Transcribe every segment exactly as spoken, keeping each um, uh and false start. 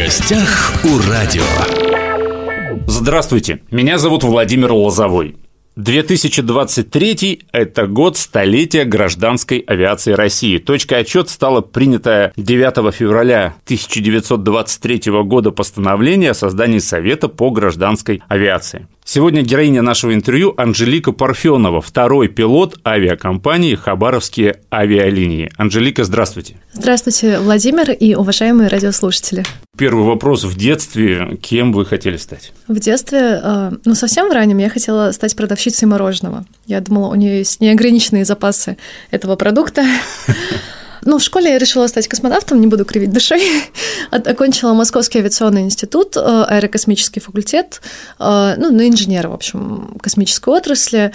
гостях у радио. Здравствуйте, меня зовут Владимир Лозовой. две тысячи двадцать третий – это год столетия гражданской авиации России. Точкой отсчета стало принятое девятого февраля тысяча девятьсот двадцать третьего года постановление о создании Совета по гражданской авиации. Сегодня героиня нашего интервью Анжелика Парфенова, второй пилот авиакомпании «Хабаровские авиалинии». Анжелика, здравствуйте. Здравствуйте, Владимир и уважаемые радиослушатели. Первый вопрос. В детстве кем вы хотели стать? В детстве, ну, совсем в раннем, я хотела стать продавщицей мороженого. Я думала, у нее есть неограниченные запасы этого продукта. Ну, в школе я решила стать космонавтом, не буду кривить душой. Окончила Московский авиационный институт, аэрокосмический факультет, ну, на инженера, в общем, космической отрасли.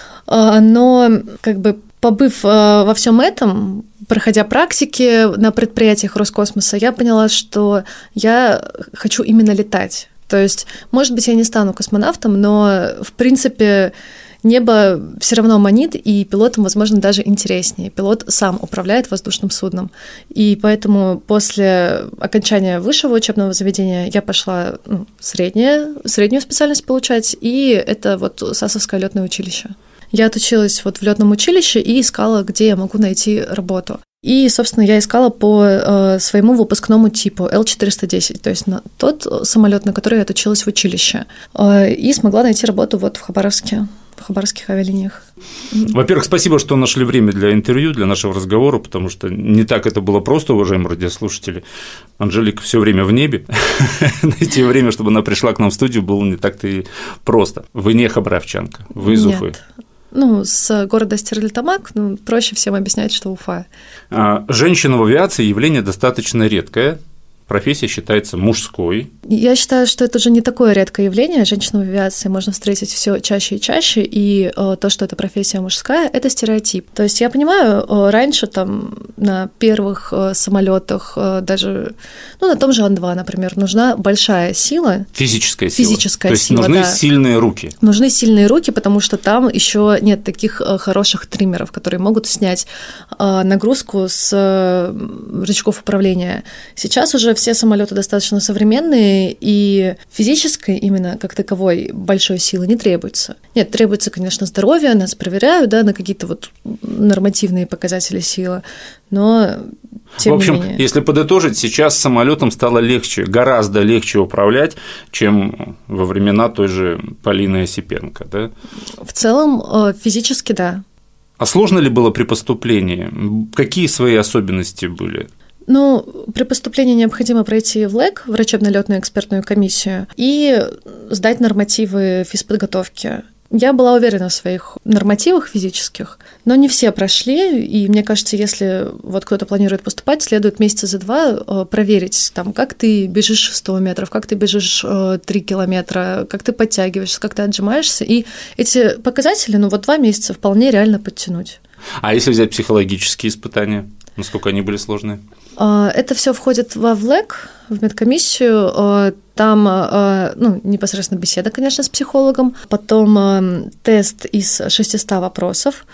Но, как бы, побыв во всем этом, проходя практики на предприятиях Роскосмоса, я поняла, что я хочу именно летать. То есть, может быть, я не стану космонавтом, но, в принципе, небо все равно манит, и пилотам, возможно, даже интереснее. Пилот сам управляет воздушным судном. И поэтому после окончания высшего учебного заведения я пошла ну, среднее, среднюю специальность получать, и это вот Сасовское летное училище. Я отучилась вот в летном училище и искала, где я могу найти работу. И, собственно, я искала по э, своему выпускному типу Эл четыреста десять, то есть на тот самолет, на который я отучилась в училище, э, и смогла найти работу вот в Хабаровске. В Хабаровских авиалиниях. Во-первых, спасибо, что нашли время для интервью, для нашего разговора, потому что не так это было просто, уважаемые радиослушатели. Анжелика все время в небе. Найти время, чтобы она пришла к нам в студию, было не так-то и просто. Вы не хабаровчанка, вы из Уфы. Нет. Ну, с города Стерлитамак, ну, проще всем объяснять, что Уфа. Женщина в авиации – явление достаточно редкое. Профессия считается мужской. Я считаю, что это уже не такое редкое явление. Женщину в авиации можно встретить все чаще и чаще, и э, то, что эта профессия мужская, это стереотип. То есть я понимаю, э, раньше там на первых э, самолетах, э, даже ну, на том же Ан два, например, нужна большая сила. Физическая сила. Физическая то есть сила, нужны да. сильные руки. Нужны сильные руки, потому что там еще нет таких э, хороших триммеров, которые могут снять э, нагрузку с э, рычагов управления. Сейчас уже все самолеты достаточно современные, и физической именно как таковой большой силы не требуется. Нет, требуется, конечно, здоровье, нас проверяют, да, на какие-то вот нормативные показатели силы, но тем в общем, не менее. Если подытожить, сейчас самолетом стало легче, гораздо легче управлять, чем во времена той же Полины Осипенко, да? В целом, физически, да. А сложно ли было при поступлении? Какие свои особенности были? Ну, при поступлении необходимо пройти в ЛЭК, врачебно-лётную экспертную комиссию, и сдать нормативы физподготовки. Я была уверена в своих нормативах физических, но не все прошли, и мне кажется, если вот кто-то планирует поступать, следует месяца за два проверить, там, как ты бежишь сто метров, как ты бежишь три километра, как ты подтягиваешься, как ты отжимаешься, и эти показатели, ну, вот два месяца вполне реально подтянуть. А если взять психологические испытания, насколько они были сложные? Это все входит во ВЛЭК, в медкомиссию. Там ну, непосредственно беседа, конечно, с психологом, потом тест из шестисот вопросов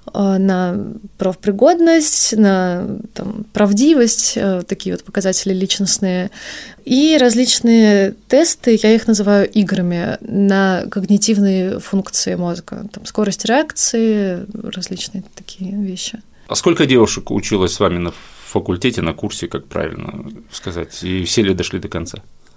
на профпригодность, на там, правдивость, такие вот показатели личностные, и различные тесты, я их называю играми, на когнитивные функции мозга, там, скорость реакции, различные такие вещи. А сколько девушек училось с вами на факультете, на курсе, как правильно сказать, и все ли дошли до конца?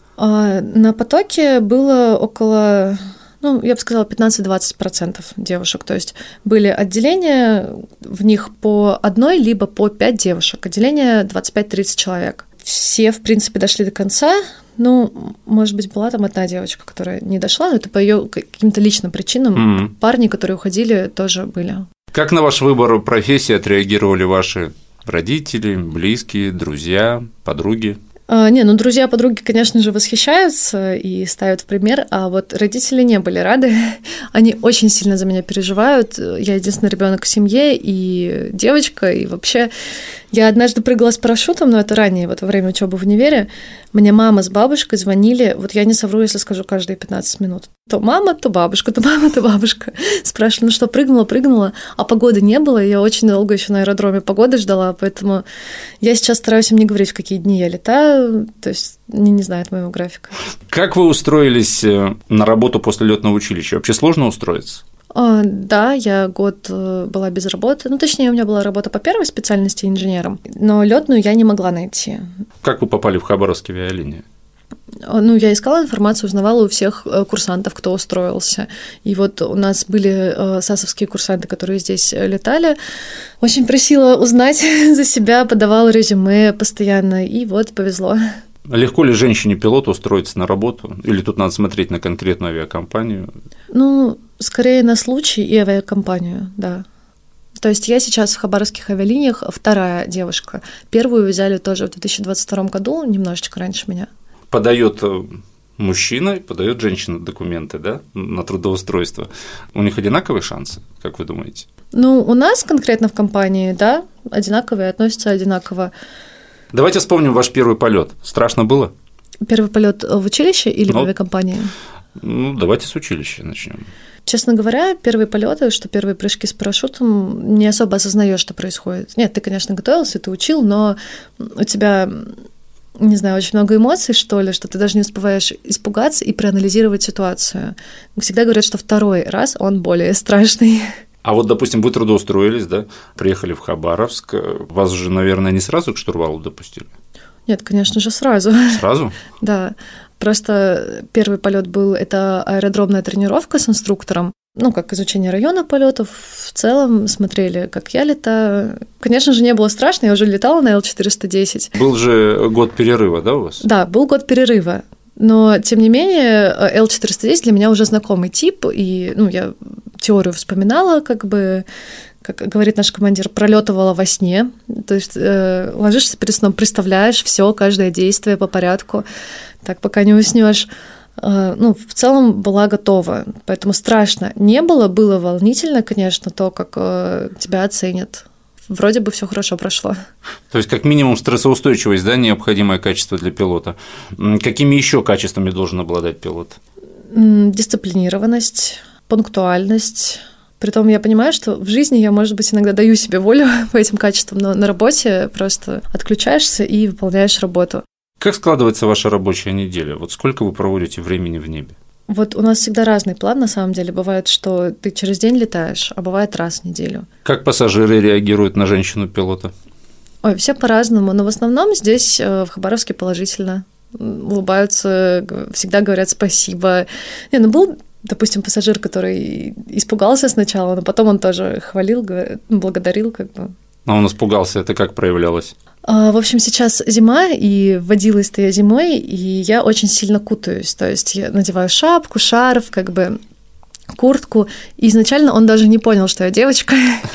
На потоке было около, ну, я бы сказала, пятнадцать-двадцать процентов девушек, то есть были отделения, в них по одной, либо по пять девушек, отделение двадцать пять-тридцать человек. Все, в принципе, дошли до конца, ну, может быть, была там одна девочка, которая не дошла, но это по ее каким-то личным причинам, mm-hmm. парни, которые уходили, тоже были. Как на ваш выбор профессии отреагировали ваши родители, близкие, друзья, подруги? А, не, ну друзья, подруги, конечно же, восхищаются и ставят в пример, а вот родители не были рады. Они очень сильно за меня переживают. Я единственный ребенок в семье и девочка, и вообще Я однажды прыгала с парашютом, но это ранее, вот во время учебы в универе. Мне мама с бабушкой звонили, вот я не совру, если скажу, каждые пятнадцать минут. То мама, то бабушка, то мама, то бабушка. Спрашивали, ну что, прыгнула, прыгнула, а погоды не было, и я очень долго еще на аэродроме погоды ждала, поэтому я сейчас стараюсь им не говорить, в какие дни я летаю, то есть не, не знают моего графика. Как вы устроились на работу после летного училища? Вообще сложно устроиться? А, да, я год была без работы. Ну, точнее, у меня была работа по первой специальности инженером, но летную я не могла найти. Как вы попали в Хабаровские авиалинии? Ну, я искала информацию, узнавала у всех курсантов, кто устроился. И вот у нас были сасовские курсанты, которые здесь летали. Очень просила узнать за себя, подавала резюме постоянно, и вот повезло. Легко ли женщине-пилоту устроиться на работу? Или тут надо смотреть на конкретную авиакомпанию? Ну, скорее на случай и авиакомпанию, да. То есть я сейчас в Хабаровских авиалиниях вторая девушка. Первую взяли тоже в две тысячи двадцать втором году, немножечко раньше меня. Подает мужчина и подает женщина документы, да, на трудоустройство. У них одинаковые шансы, как вы думаете? Ну, у нас конкретно в компании, да, одинаковые, относятся одинаково. Давайте вспомним ваш первый полет. Страшно было? Первый полет в училище или ну, в авиакомпании? Ну, давайте с училища начнем. Честно говоря, первые полеты, что первые прыжки с парашютом, не особо осознаешь, что происходит. Нет, ты, конечно, готовился, ты учил, но у тебя, не знаю, очень много эмоций, что ли, что ты даже не успеваешь испугаться и проанализировать ситуацию. Всегда говорят, что второй раз он более страшный. А вот, допустим, вы трудоустроились, да, приехали в Хабаровск, вас же, наверное, не сразу к штурвалу допустили? Нет, конечно же, сразу. Сразу? Да. Просто первый полет был это аэродромная тренировка с инструктором. Ну, как изучение района полетов. В целом смотрели, как я летаю. Конечно же, не было страшно, я уже летала на Эл четыреста десять. Был же год перерыва, да, у вас? Да, был год перерыва. Но, тем не менее, Эл четыреста десять для меня уже знакомый тип, и ну, я теорию вспоминала, как бы, как говорит наш командир, пролетывала во сне. То есть э, ложишься перед сном, представляешь все, каждое действие по порядку, так пока не уснешь. Э, ну, в целом была готова, поэтому страшно не было, было волнительно, конечно, то, как э, тебя оценят. Вроде бы все хорошо прошло. То есть, как минимум, стрессоустойчивость, да, необходимое качество для пилота. Какими еще качествами должен обладать пилот? Дисциплинированность, пунктуальность. Притом я понимаю, что в жизни я, может быть, иногда даю себе волю по этим качествам, но на работе просто отключаешься и выполняешь работу. Как складывается ваша рабочая неделя? Вот сколько вы проводите времени в небе? Вот у нас всегда разный план, на самом деле. Бывает, что ты через день летаешь, а бывает раз в неделю. Как пассажиры реагируют на женщину-пилота? Ой, все по-разному, но в основном здесь в Хабаровске положительно. Улыбаются, всегда говорят спасибо. Не, ну был, допустим, пассажир, который испугался сначала, но потом он тоже хвалил, благодарил, как бы. А он испугался, это как проявлялось? В общем, сейчас зима, и водилась-то я зимой, и я очень сильно кутаюсь. То есть я надеваю шапку, шарф, как бы куртку. И изначально он даже не понял, что я девочка.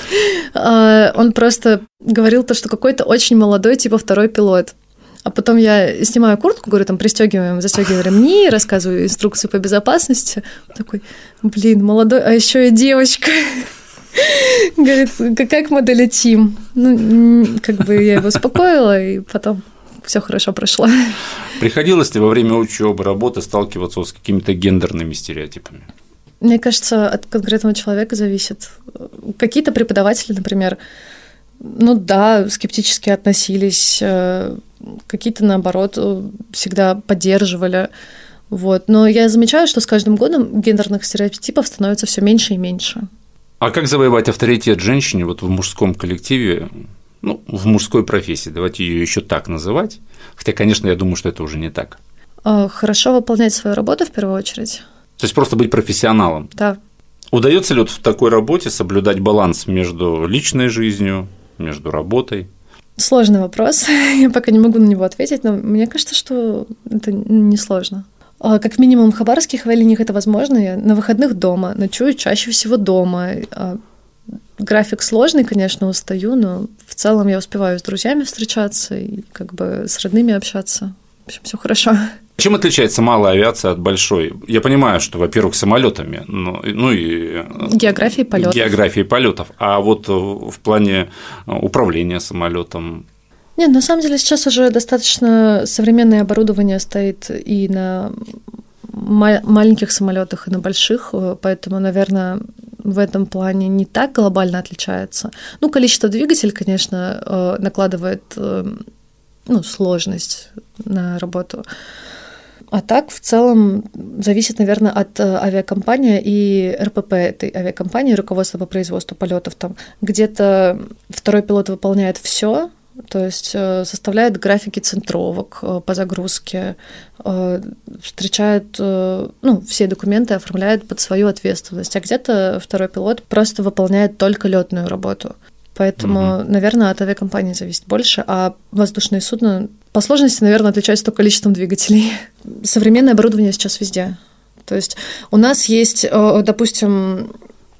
Он просто говорил то, что какой-то очень молодой, типа второй пилот. А потом я снимаю куртку, говорю, там, пристегиваем, застегиваем ремни, рассказываю инструкцию по безопасности. Он такой, блин, молодой, а еще и девочка. Говорит, как мы долетим? Ну, как бы я его успокоила, и потом все хорошо прошло. Приходилось ли во время учебы, работы сталкиваться с какими-то гендерными стереотипами? Мне кажется, от конкретного человека зависит. Какие-то преподаватели, например, ну да, скептически относились, какие-то, наоборот, всегда поддерживали. Вот. Но я замечаю, что с каждым годом гендерных стереотипов становится все меньше и меньше. А как завоевать авторитет женщине вот в мужском коллективе, ну, в мужской профессии, давайте ее еще так называть, хотя, конечно, я думаю, что это уже не так. Хорошо выполнять свою работу в первую очередь. То есть просто быть профессионалом. Да. Удается ли вот в такой работе соблюдать баланс между личной жизнью, между работой? Сложный вопрос, я пока не могу на него ответить, но мне кажется, что это несложно. Как минимум в Хабаровских авиалиниях это возможно. Я на выходных дома, ночую чаще всего дома. График сложный, конечно, устаю, но в целом я успеваю с друзьями встречаться и как бы с родными общаться. В общем, все хорошо. Чем отличается малая авиация от большой? Я понимаю, что, во-первых, самолетами, ну, ну и географией полетов. Географией полетов. А вот в плане управления самолетом. Нет, на самом деле сейчас уже достаточно современное оборудование стоит и на маленьких самолетах, и на больших, поэтому, наверное, в этом плане не так глобально отличается. Ну, количество двигателей, конечно, накладывает, ну, сложность на работу. А так, в целом, зависит, наверное, от авиакомпании и эр пэ пэ этой авиакомпании, руководства по производству полетов. Там где-то второй пилот выполняет все, то есть составляет графики центровок по загрузке, встречает, ну, все документы, оформляет под свою ответственность, а где-то второй пилот просто выполняет только летную работу. Поэтому, угу. наверное, от авиакомпании зависит больше, а воздушные судна по сложности, наверное, отличаются только количеством двигателей. Современное оборудование сейчас везде. То есть у нас есть, допустим,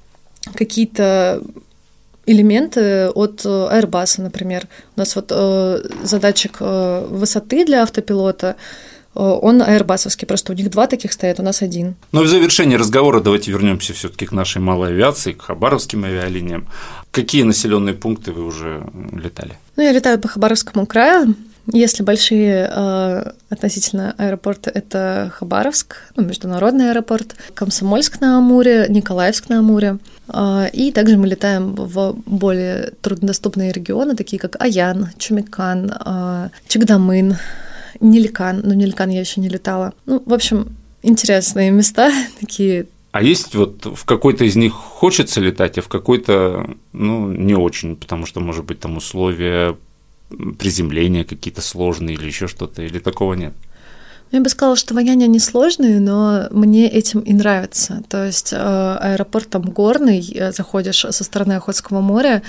какие-то элементы от Airbus, например. У нас вот задатчик высоты для автопилота, он аэрбасовский, просто у них два таких стоят, у нас один. Но в завершении разговора давайте вернемся все-таки к нашей малой авиации, к хабаровским авиалиниям. Какие населенные пункты вы уже летали? Ну, я летаю по Хабаровскому краю. Если большие э, относительно аэропорты, это Хабаровск, ну, международный аэропорт, Комсомольск на Амуре, Николаевск на Амуре. Э, и также мы летаем в более труднодоступные регионы, такие как Аян, Чумикан, э, Чагдамын, Ниликан. Но Ниликан я еще не летала. Ну, в общем, интересные места такие. А есть вот в какой-то из них хочется летать, а в какой-то, ну, не очень, потому что, может быть, там условия приземления какие-то сложные или еще что-то, или такого нет? Я бы сказала, что в Аяне они сложные, но мне этим и нравится. То есть аэропорт там горный, заходишь со стороны Охотского моря,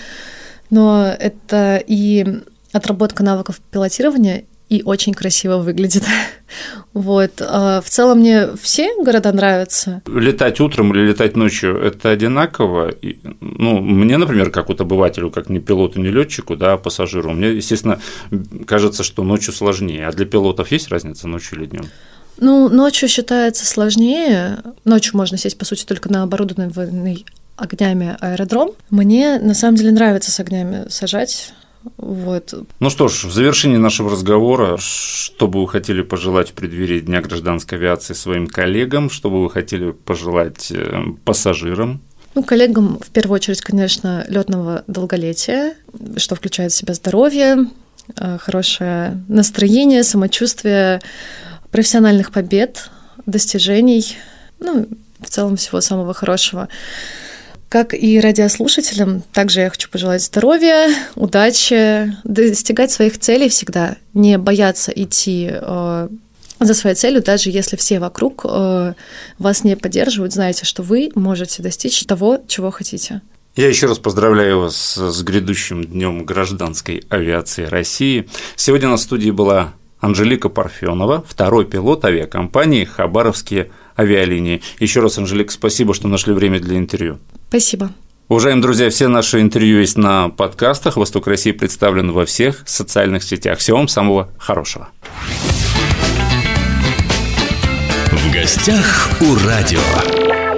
но это и отработка навыков пилотирования, и очень красиво выглядит. Вот. В целом мне все города нравятся. Летать утром или летать ночью – это одинаково? Ну, мне, например, как вот обывателю, как ни пилоту, ни летчику, да, пассажиру, мне, естественно, кажется, что ночью сложнее. А для пилотов есть разница ночью или днем? Ну, ночью считается сложнее. Ночью можно сесть, по сути, только на оборудованный огнями аэродром. Мне, на самом деле, нравится с огнями сажать. Вот. Ну что ж, в завершении нашего разговора, что бы вы хотели пожелать в преддверии Дня гражданской авиации своим коллегам, что бы вы хотели пожелать пассажирам? Ну, коллегам, в первую очередь, конечно, летного долголетия, что включает в себя здоровье, хорошее настроение, самочувствие, профессиональных побед, достижений, ну, в целом всего самого хорошего. Как и радиослушателям, также я хочу пожелать здоровья, удачи, достигать своих целей всегда, не бояться идти э, за своей целью, даже если все вокруг э, вас не поддерживают, знайте, что вы можете достичь того, чего хотите. Я еще раз поздравляю вас с грядущим Днем гражданской авиации России. Сегодня на студии была Анжелика Парфенова, второй пилот авиакомпании «Хабаровские авиалинии». Еще раз, Анжелика, спасибо, что нашли время для интервью. Спасибо. Уважаемые друзья, все наши интервью есть на подкастах. «Восток России» представлен во всех социальных сетях. Всего вам самого хорошего. В гостях у радио.